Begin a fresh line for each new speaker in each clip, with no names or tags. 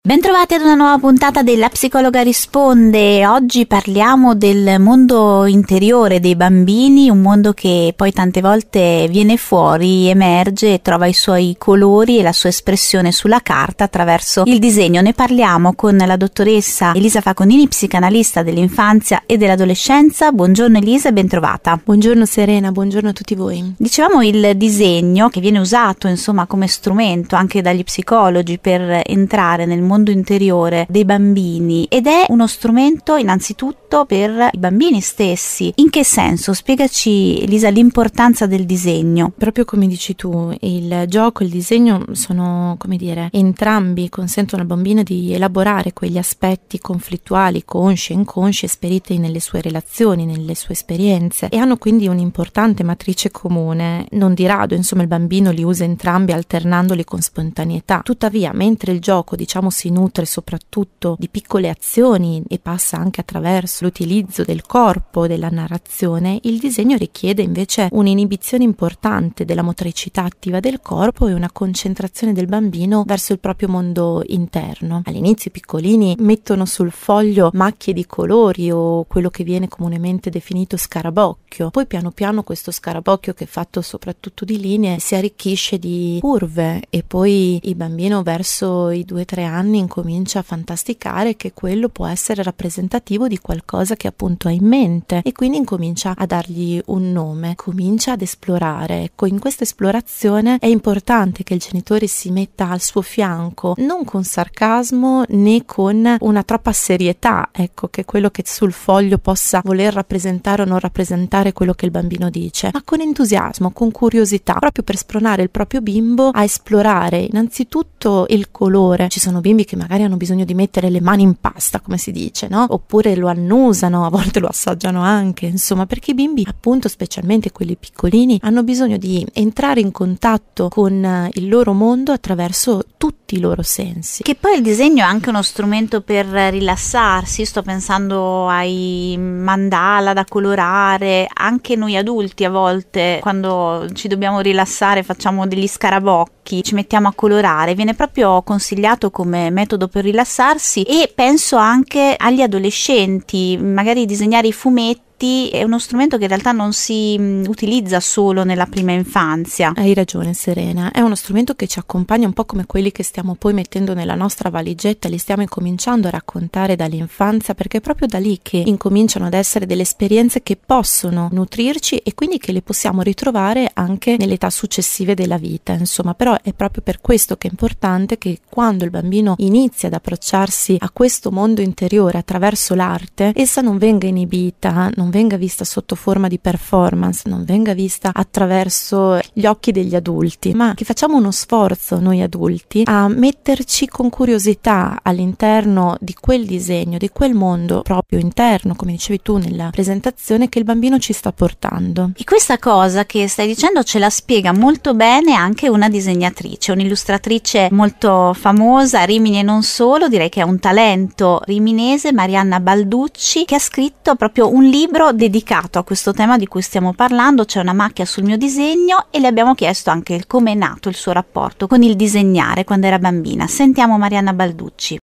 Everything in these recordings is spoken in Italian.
Bentrovati ad una nuova puntata della Psicologa Risponde. Oggi parliamo del mondo interiore dei bambini, un mondo che poi tante volte viene fuori, emerge e trova i suoi colori e la sua espressione sulla carta attraverso il disegno. Ne parliamo con la dottoressa Elisa Faconini, psicanalista dell'infanzia e dell'adolescenza. Buongiorno Elisa e bentrovata.
Buongiorno Serena, buongiorno a tutti voi.
Dicevamo il disegno che viene usato come strumento anche dagli psicologi per entrare nel mondo interiore dei bambini, ed è uno strumento innanzitutto per i bambini stessi. In che senso? Spiegaci Elisa l'importanza del disegno.
Proprio come dici tu, il gioco e il disegno sono, entrambi consentono al bambino di elaborare quegli aspetti conflittuali, consci e inconsci, esperiti nelle sue relazioni, nelle sue esperienze, e hanno quindi un'importante matrice comune. Non di rado, il bambino li usa entrambi alternandoli con spontaneità. Tuttavia, mentre il gioco, si nutre soprattutto di piccole azioni e passa anche attraverso l'utilizzo del corpo, della narrazione, il disegno richiede invece un'inibizione importante della motricità attiva del corpo e una concentrazione del bambino verso il proprio mondo interno. All'inizio i piccolini mettono sul foglio macchie di colori o quello che viene comunemente definito scarabocchio, poi piano piano questo scarabocchio, che è fatto soprattutto di linee, si arricchisce di curve e poi il bambino verso i 2-3 anni incomincia a fantasticare che quello può essere rappresentativo di qualcosa che appunto ha in mente, e quindi incomincia a dargli un nome, comincia ad esplorare. Ecco, in questa esplorazione è importante che il genitore si metta al suo fianco, non con sarcasmo né con una troppa serietà, che quello che sul foglio possa voler rappresentare o non rappresentare quello che il bambino dice, ma con entusiasmo, con curiosità, proprio per spronare il proprio bimbo a esplorare innanzitutto il colore. Ci sono bimbi che magari hanno bisogno di mettere le mani in pasta, come si dice, no? Oppure lo annusano, a volte lo assaggiano anche, perché i bimbi, appunto, specialmente quelli piccolini, hanno bisogno di entrare in contatto con il loro mondo attraverso tutti i loro sensi.
Che poi il disegno è anche uno strumento per rilassarsi. Sto pensando ai mandala da colorare. Anche noi adulti a volte, quando ci dobbiamo rilassare, facciamo degli scarabocchi, ci mettiamo a colorare. Viene proprio consigliato come metodo per rilassarsi, e penso anche agli adolescenti, magari disegnare i fumetti è uno strumento che in realtà non si utilizza solo nella prima infanzia.
Hai ragione Serena, è uno strumento che ci accompagna un po' come quelli che stiamo poi mettendo nella nostra valigetta, li stiamo incominciando a raccontare dall'infanzia, perché è proprio da lì che incominciano ad essere delle esperienze che possono nutrirci e quindi che le possiamo ritrovare anche nelle età successive della vita. Però è proprio per questo che è importante che quando il bambino inizia ad approcciarsi a questo mondo interiore attraverso l'arte, essa non venga inibita, non venga vista sotto forma di performance, non venga vista attraverso gli occhi degli adulti, ma che facciamo uno sforzo noi adulti a metterci con curiosità all'interno di quel disegno, di quel mondo proprio interno, come dicevi tu nella presentazione, che il bambino ci sta portando.
E questa cosa che stai dicendo ce la spiega molto bene anche una disegnatrice, un'illustratrice molto famosa, a Rimini e non solo, direi che è un talento riminese, Marianna Balducci, che ha scritto proprio un libro dedicato a questo tema di cui stiamo parlando. C'è una macchia sul mio disegno, e le abbiamo chiesto anche come è nato il suo rapporto con il disegnare quando era bambina. Sentiamo Marianna Balducci.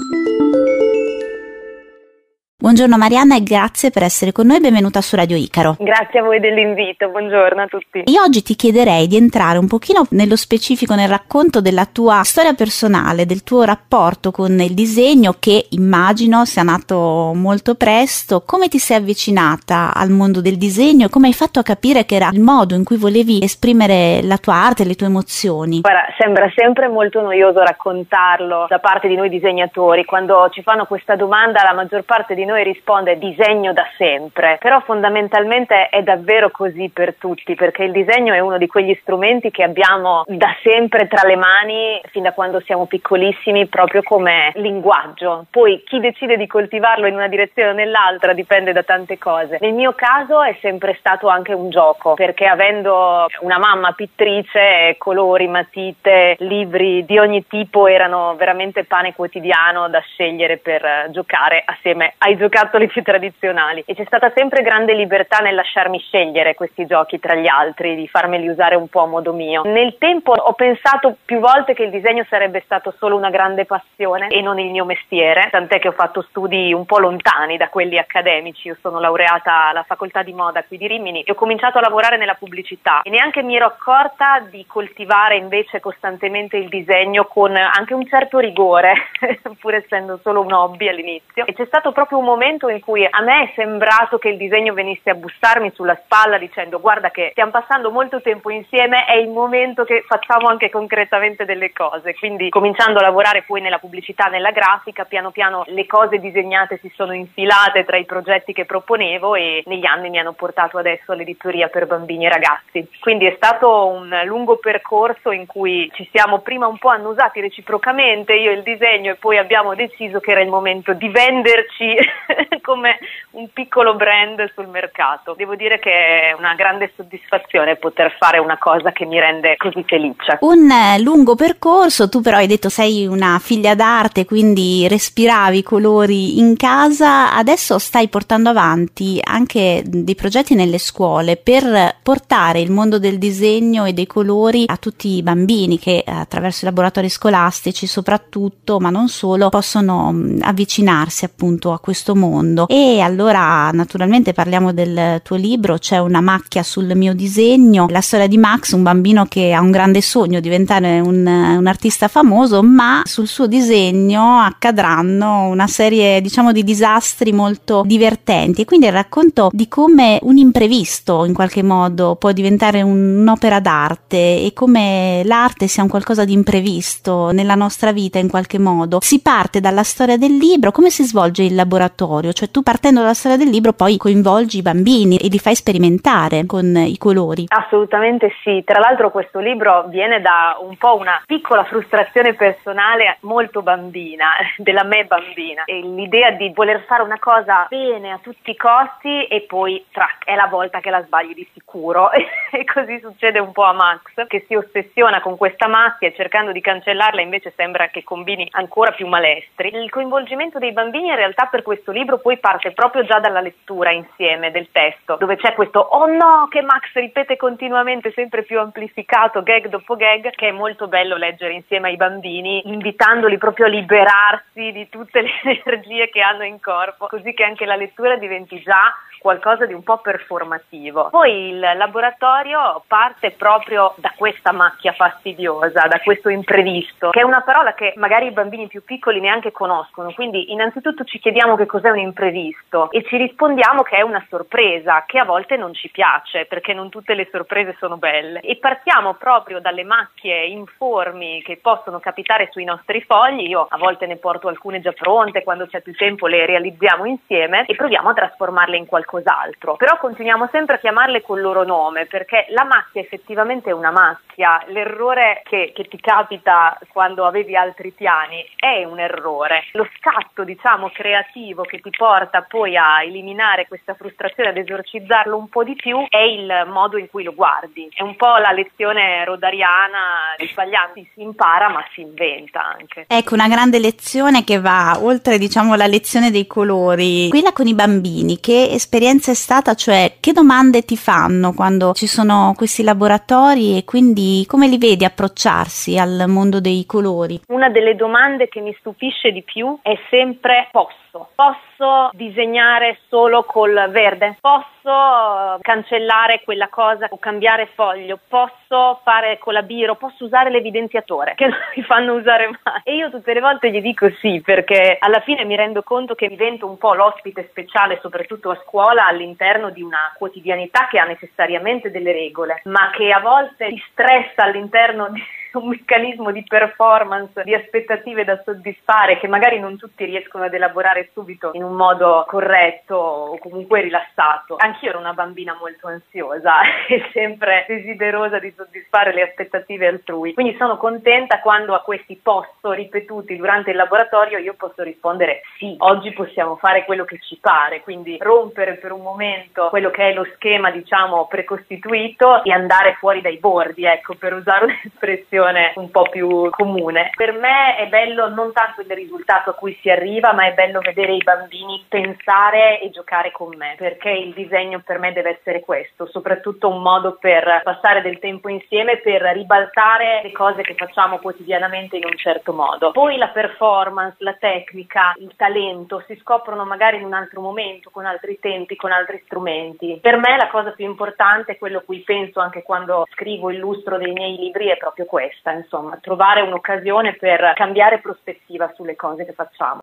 Buongiorno Marianna e grazie per essere con noi, benvenuta su Radio Icaro.
Grazie a voi dell'invito, buongiorno a tutti.
Io oggi ti chiederei di entrare un pochino nello specifico nel racconto della tua storia personale, del tuo rapporto con il disegno, che immagino sia nato molto presto. Come ti sei avvicinata al mondo del disegno e come hai fatto a capire che era il modo in cui volevi esprimere la tua arte e le tue emozioni?
Guarda, sembra sempre molto noioso raccontarlo da parte di noi disegnatori. Quando ci fanno questa domanda la maggior parte di noi risponde disegno da sempre, però fondamentalmente è davvero così per tutti, perché il disegno è uno di quegli strumenti che abbiamo da sempre tra le mani fin da quando siamo piccolissimi, proprio come linguaggio. Poi chi decide di coltivarlo in una direzione o nell'altra dipende da tante cose. Nel mio caso è sempre stato anche un gioco, perché avendo una mamma pittrice, colori, matite, libri di ogni tipo erano veramente pane quotidiano da scegliere per giocare assieme ai giocattoli giocattoli più tradizionali, e c'è stata sempre grande libertà nel lasciarmi scegliere questi giochi tra gli altri, di farmeli usare un po' a modo mio. Nel tempo ho pensato più volte che il disegno sarebbe stato solo una grande passione e non il mio mestiere, tant'è che ho fatto studi un po' lontani da quelli accademici. Io sono laureata alla facoltà di moda qui di Rimini e ho cominciato a lavorare nella pubblicità, e neanche mi ero accorta di coltivare invece costantemente il disegno con anche un certo rigore pur essendo solo un hobby all'inizio. E c'è stato proprio un momento in cui a me è sembrato che il disegno venisse a bussarmi sulla spalla dicendo: guarda che stiamo passando molto tempo insieme, è il momento che facciamo anche concretamente delle cose. Quindi, cominciando a lavorare poi nella pubblicità, nella grafica, piano piano le cose disegnate si sono infilate tra i progetti che proponevo, e negli anni mi hanno portato adesso all'editoria per bambini e ragazzi. Quindi è stato un lungo percorso in cui ci siamo prima un po' annusati reciprocamente, io e il disegno, e poi abbiamo deciso che era il momento di venderci come un piccolo brand sul mercato. Devo dire che è una grande soddisfazione poter fare una cosa che mi rende così felice.
Un lungo percorso, tu però hai detto sei una figlia d'arte, quindi respiravi i colori in casa, adesso stai portando avanti anche dei progetti nelle scuole per portare il mondo del disegno e dei colori a tutti i bambini che attraverso i laboratori scolastici soprattutto, ma non solo, possono avvicinarsi appunto a questo mondo. E allora naturalmente parliamo del tuo libro, C'è una macchia sul mio disegno, la storia di Max, un bambino che ha un grande sogno, diventare un artista famoso, ma sul suo disegno accadranno una serie, diciamo, di disastri molto divertenti, e quindi il racconto di come un imprevisto in qualche modo può diventare un'opera d'arte, e come l'arte sia un qualcosa di imprevisto nella nostra vita in qualche modo. Si parte dalla storia del libro. Come si svolge il laboratorio? Cioè, tu, partendo dalla storia del libro, poi coinvolgi i bambini e li fai sperimentare con i colori.
Assolutamente sì. Tra l'altro questo libro viene da un po' una piccola frustrazione personale molto bambina, della me bambina, e l'idea di voler fare una cosa bene a tutti i costi e poi è la volta che la sbagli di sicuro. E così succede un po' a Max, che si ossessiona con questa macchia e cercando di cancellarla invece sembra che combini ancora più malestri. Il coinvolgimento dei bambini in realtà per questo libro poi parte proprio già dalla lettura insieme del testo, dove c'è questo "oh no" che Max ripete continuamente, sempre più amplificato, gag dopo gag, che è molto bello leggere insieme ai bambini, invitandoli proprio a liberarsi di tutte le energie che hanno in corpo, così che anche la lettura diventi già qualcosa di un po' performativo. Poi il laboratorio parte proprio da questa macchia fastidiosa, da questo imprevisto, che è una parola che magari i bambini più piccoli neanche conoscono. Quindi innanzitutto ci chiediamo che cos'è un imprevisto e ci rispondiamo che è una sorpresa, che a volte non ci piace, perché non tutte le sorprese sono belle. E partiamo proprio dalle macchie informi che possono capitare sui nostri fogli. Io a volte ne porto alcune già pronte, quando c'è più tempo le realizziamo insieme e proviamo a trasformarle in qualcos'altro. Però continuiamo sempre a chiamarle col loro nome, perché la macchia effettivamente è una macchia. L'errore che ti capita quando avevi altri piani è un errore. Lo scatto, diciamo, creativo che ti porta poi a eliminare questa frustrazione, ad esorcizzarlo un po' di più, è il modo in cui lo guardi. È un po' la lezione rodariana, sbagliando si impara ma si inventa anche.
Ecco, una grande lezione che va oltre, diciamo, la lezione dei colori. Quella con i bambini, che esperienza è stata? Cioè, che domande ti fanno quando ci sono questi laboratori, e quindi come li vedi approcciarsi al mondo dei colori?
Una delle domande che mi stupisce di più è sempre: posso disegnare solo col verde? Posso cancellare quella cosa o cambiare foglio? Posso fare con la biro? Posso usare l'evidenziatore che non mi fanno usare mai? E io tutte le volte gli dico sì, perché alla fine mi rendo conto che divento un po' l'ospite speciale, soprattutto a scuola, all'interno di una quotidianità che ha necessariamente delle regole, ma che a volte ti stressa all'interno di un meccanismo di performance, di aspettative da soddisfare, che magari non tutti riescono ad elaborare subito in un modo corretto o comunque rilassato. Anch'io ero una bambina molto ansiosa e sempre desiderosa di soddisfare le aspettative altrui, quindi sono contenta quando a questi posso ripetuti durante il laboratorio io posso rispondere sì, oggi possiamo fare quello che ci pare, quindi rompere per un momento quello che è lo schema, diciamo, precostituito e andare fuori dai bordi, ecco, per usare un'espressione un'espressione un po' più comune. Per me è bello non tanto il risultato a cui si arriva, ma è bello vedere i bambini pensare e giocare con me, perché il disegno per me deve essere questo, soprattutto un modo per passare del tempo insieme, per ribaltare le cose che facciamo quotidianamente in un certo modo. Poi la performance, la tecnica, il talento si scoprono magari in un altro momento, con altri tempi, con altri strumenti. Per me la cosa più importante, quello a cui penso anche quando scrivo, illustro dei miei libri, è proprio questa, insomma, trovare un'occasione per cambiare prospettiva sulle cose che facciamo.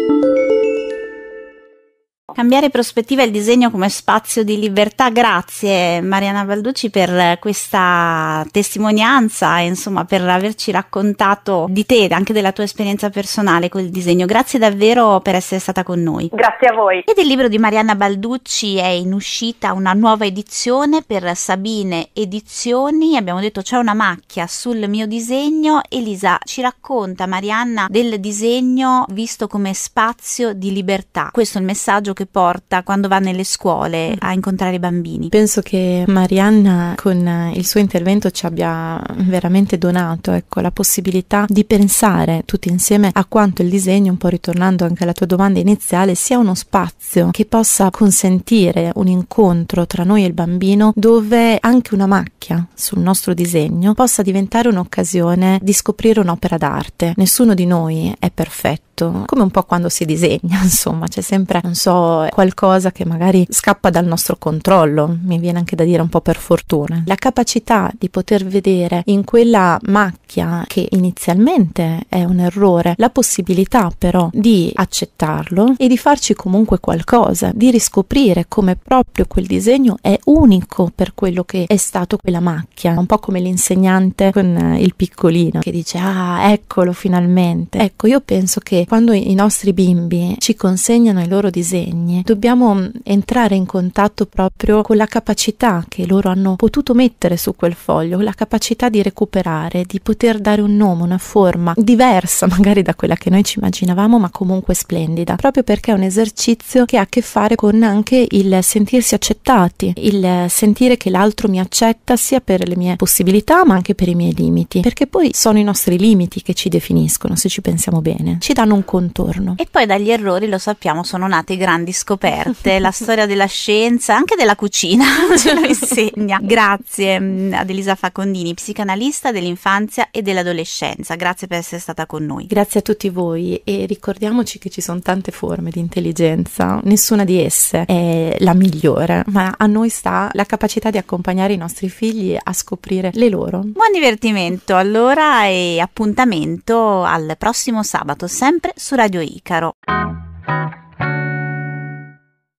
Cambiare prospettiva e il disegno come spazio di libertà. Grazie Mariana Balducci per questa testimonianza e insomma per averci raccontato di te, anche della tua esperienza personale con il disegno. Grazie davvero per essere stata con noi.
Grazie a voi.
E del libro di Mariana Balducci è in uscita una nuova edizione per Sabine Edizioni. Abbiamo detto c'è una macchia sul mio disegno. Elisa, ci racconta Marianna del disegno visto come spazio di libertà. Questo è il messaggio che porta quando va nelle scuole a incontrare i bambini.
Penso che Marianna con il suo intervento ci abbia veramente donato, ecco, la possibilità di pensare tutti insieme a quanto il disegno, un po' ritornando anche alla tua domanda iniziale, sia uno spazio che possa consentire un incontro tra noi e il bambino, dove anche una macchia sul nostro disegno possa diventare un'occasione di scoprire un'opera d'arte. Nessuno di noi è perfetto, come un po' quando si disegna, insomma, c'è sempre, non so, qualcosa che magari scappa dal nostro controllo, mi viene anche da dire un po' per fortuna. La capacità di poter vedere in quella macchia, che inizialmente è un errore, la possibilità però di accettarlo e di farci comunque qualcosa, di riscoprire come proprio quel disegno è unico per quello che è stato quella macchia, un po' come l'insegnante con il piccolino che dice eccolo finalmente. Ecco, io penso che quando i nostri bimbi ci consegnano i loro disegni dobbiamo entrare in contatto proprio con la capacità che loro hanno potuto mettere su quel foglio, la capacità di recuperare, di poter dare un nome, una forma diversa magari da quella che noi ci immaginavamo, ma comunque splendida, proprio perché è un esercizio che ha a che fare con anche il sentirsi accettati, il sentire che l'altro mi accetta sia per le mie possibilità ma anche per i miei limiti, perché poi sono i nostri limiti che ci definiscono, se ci pensiamo bene, ci danno un contorno.
E poi dagli errori, lo sappiamo, sono nate grandi scoperte. La storia della scienza, anche della cucina, ce lo insegna. Grazie ad Elisa Facondini, psicanalista dell'infanzia e dell'adolescenza. Grazie per essere stata con noi.
Grazie a tutti voi e ricordiamoci che ci sono tante forme di intelligenza, nessuna di esse è la migliore, ma a noi sta la capacità di accompagnare i nostri figli a scoprire le loro.
Buon divertimento allora e appuntamento al prossimo sabato, sempre su Radio Icaro.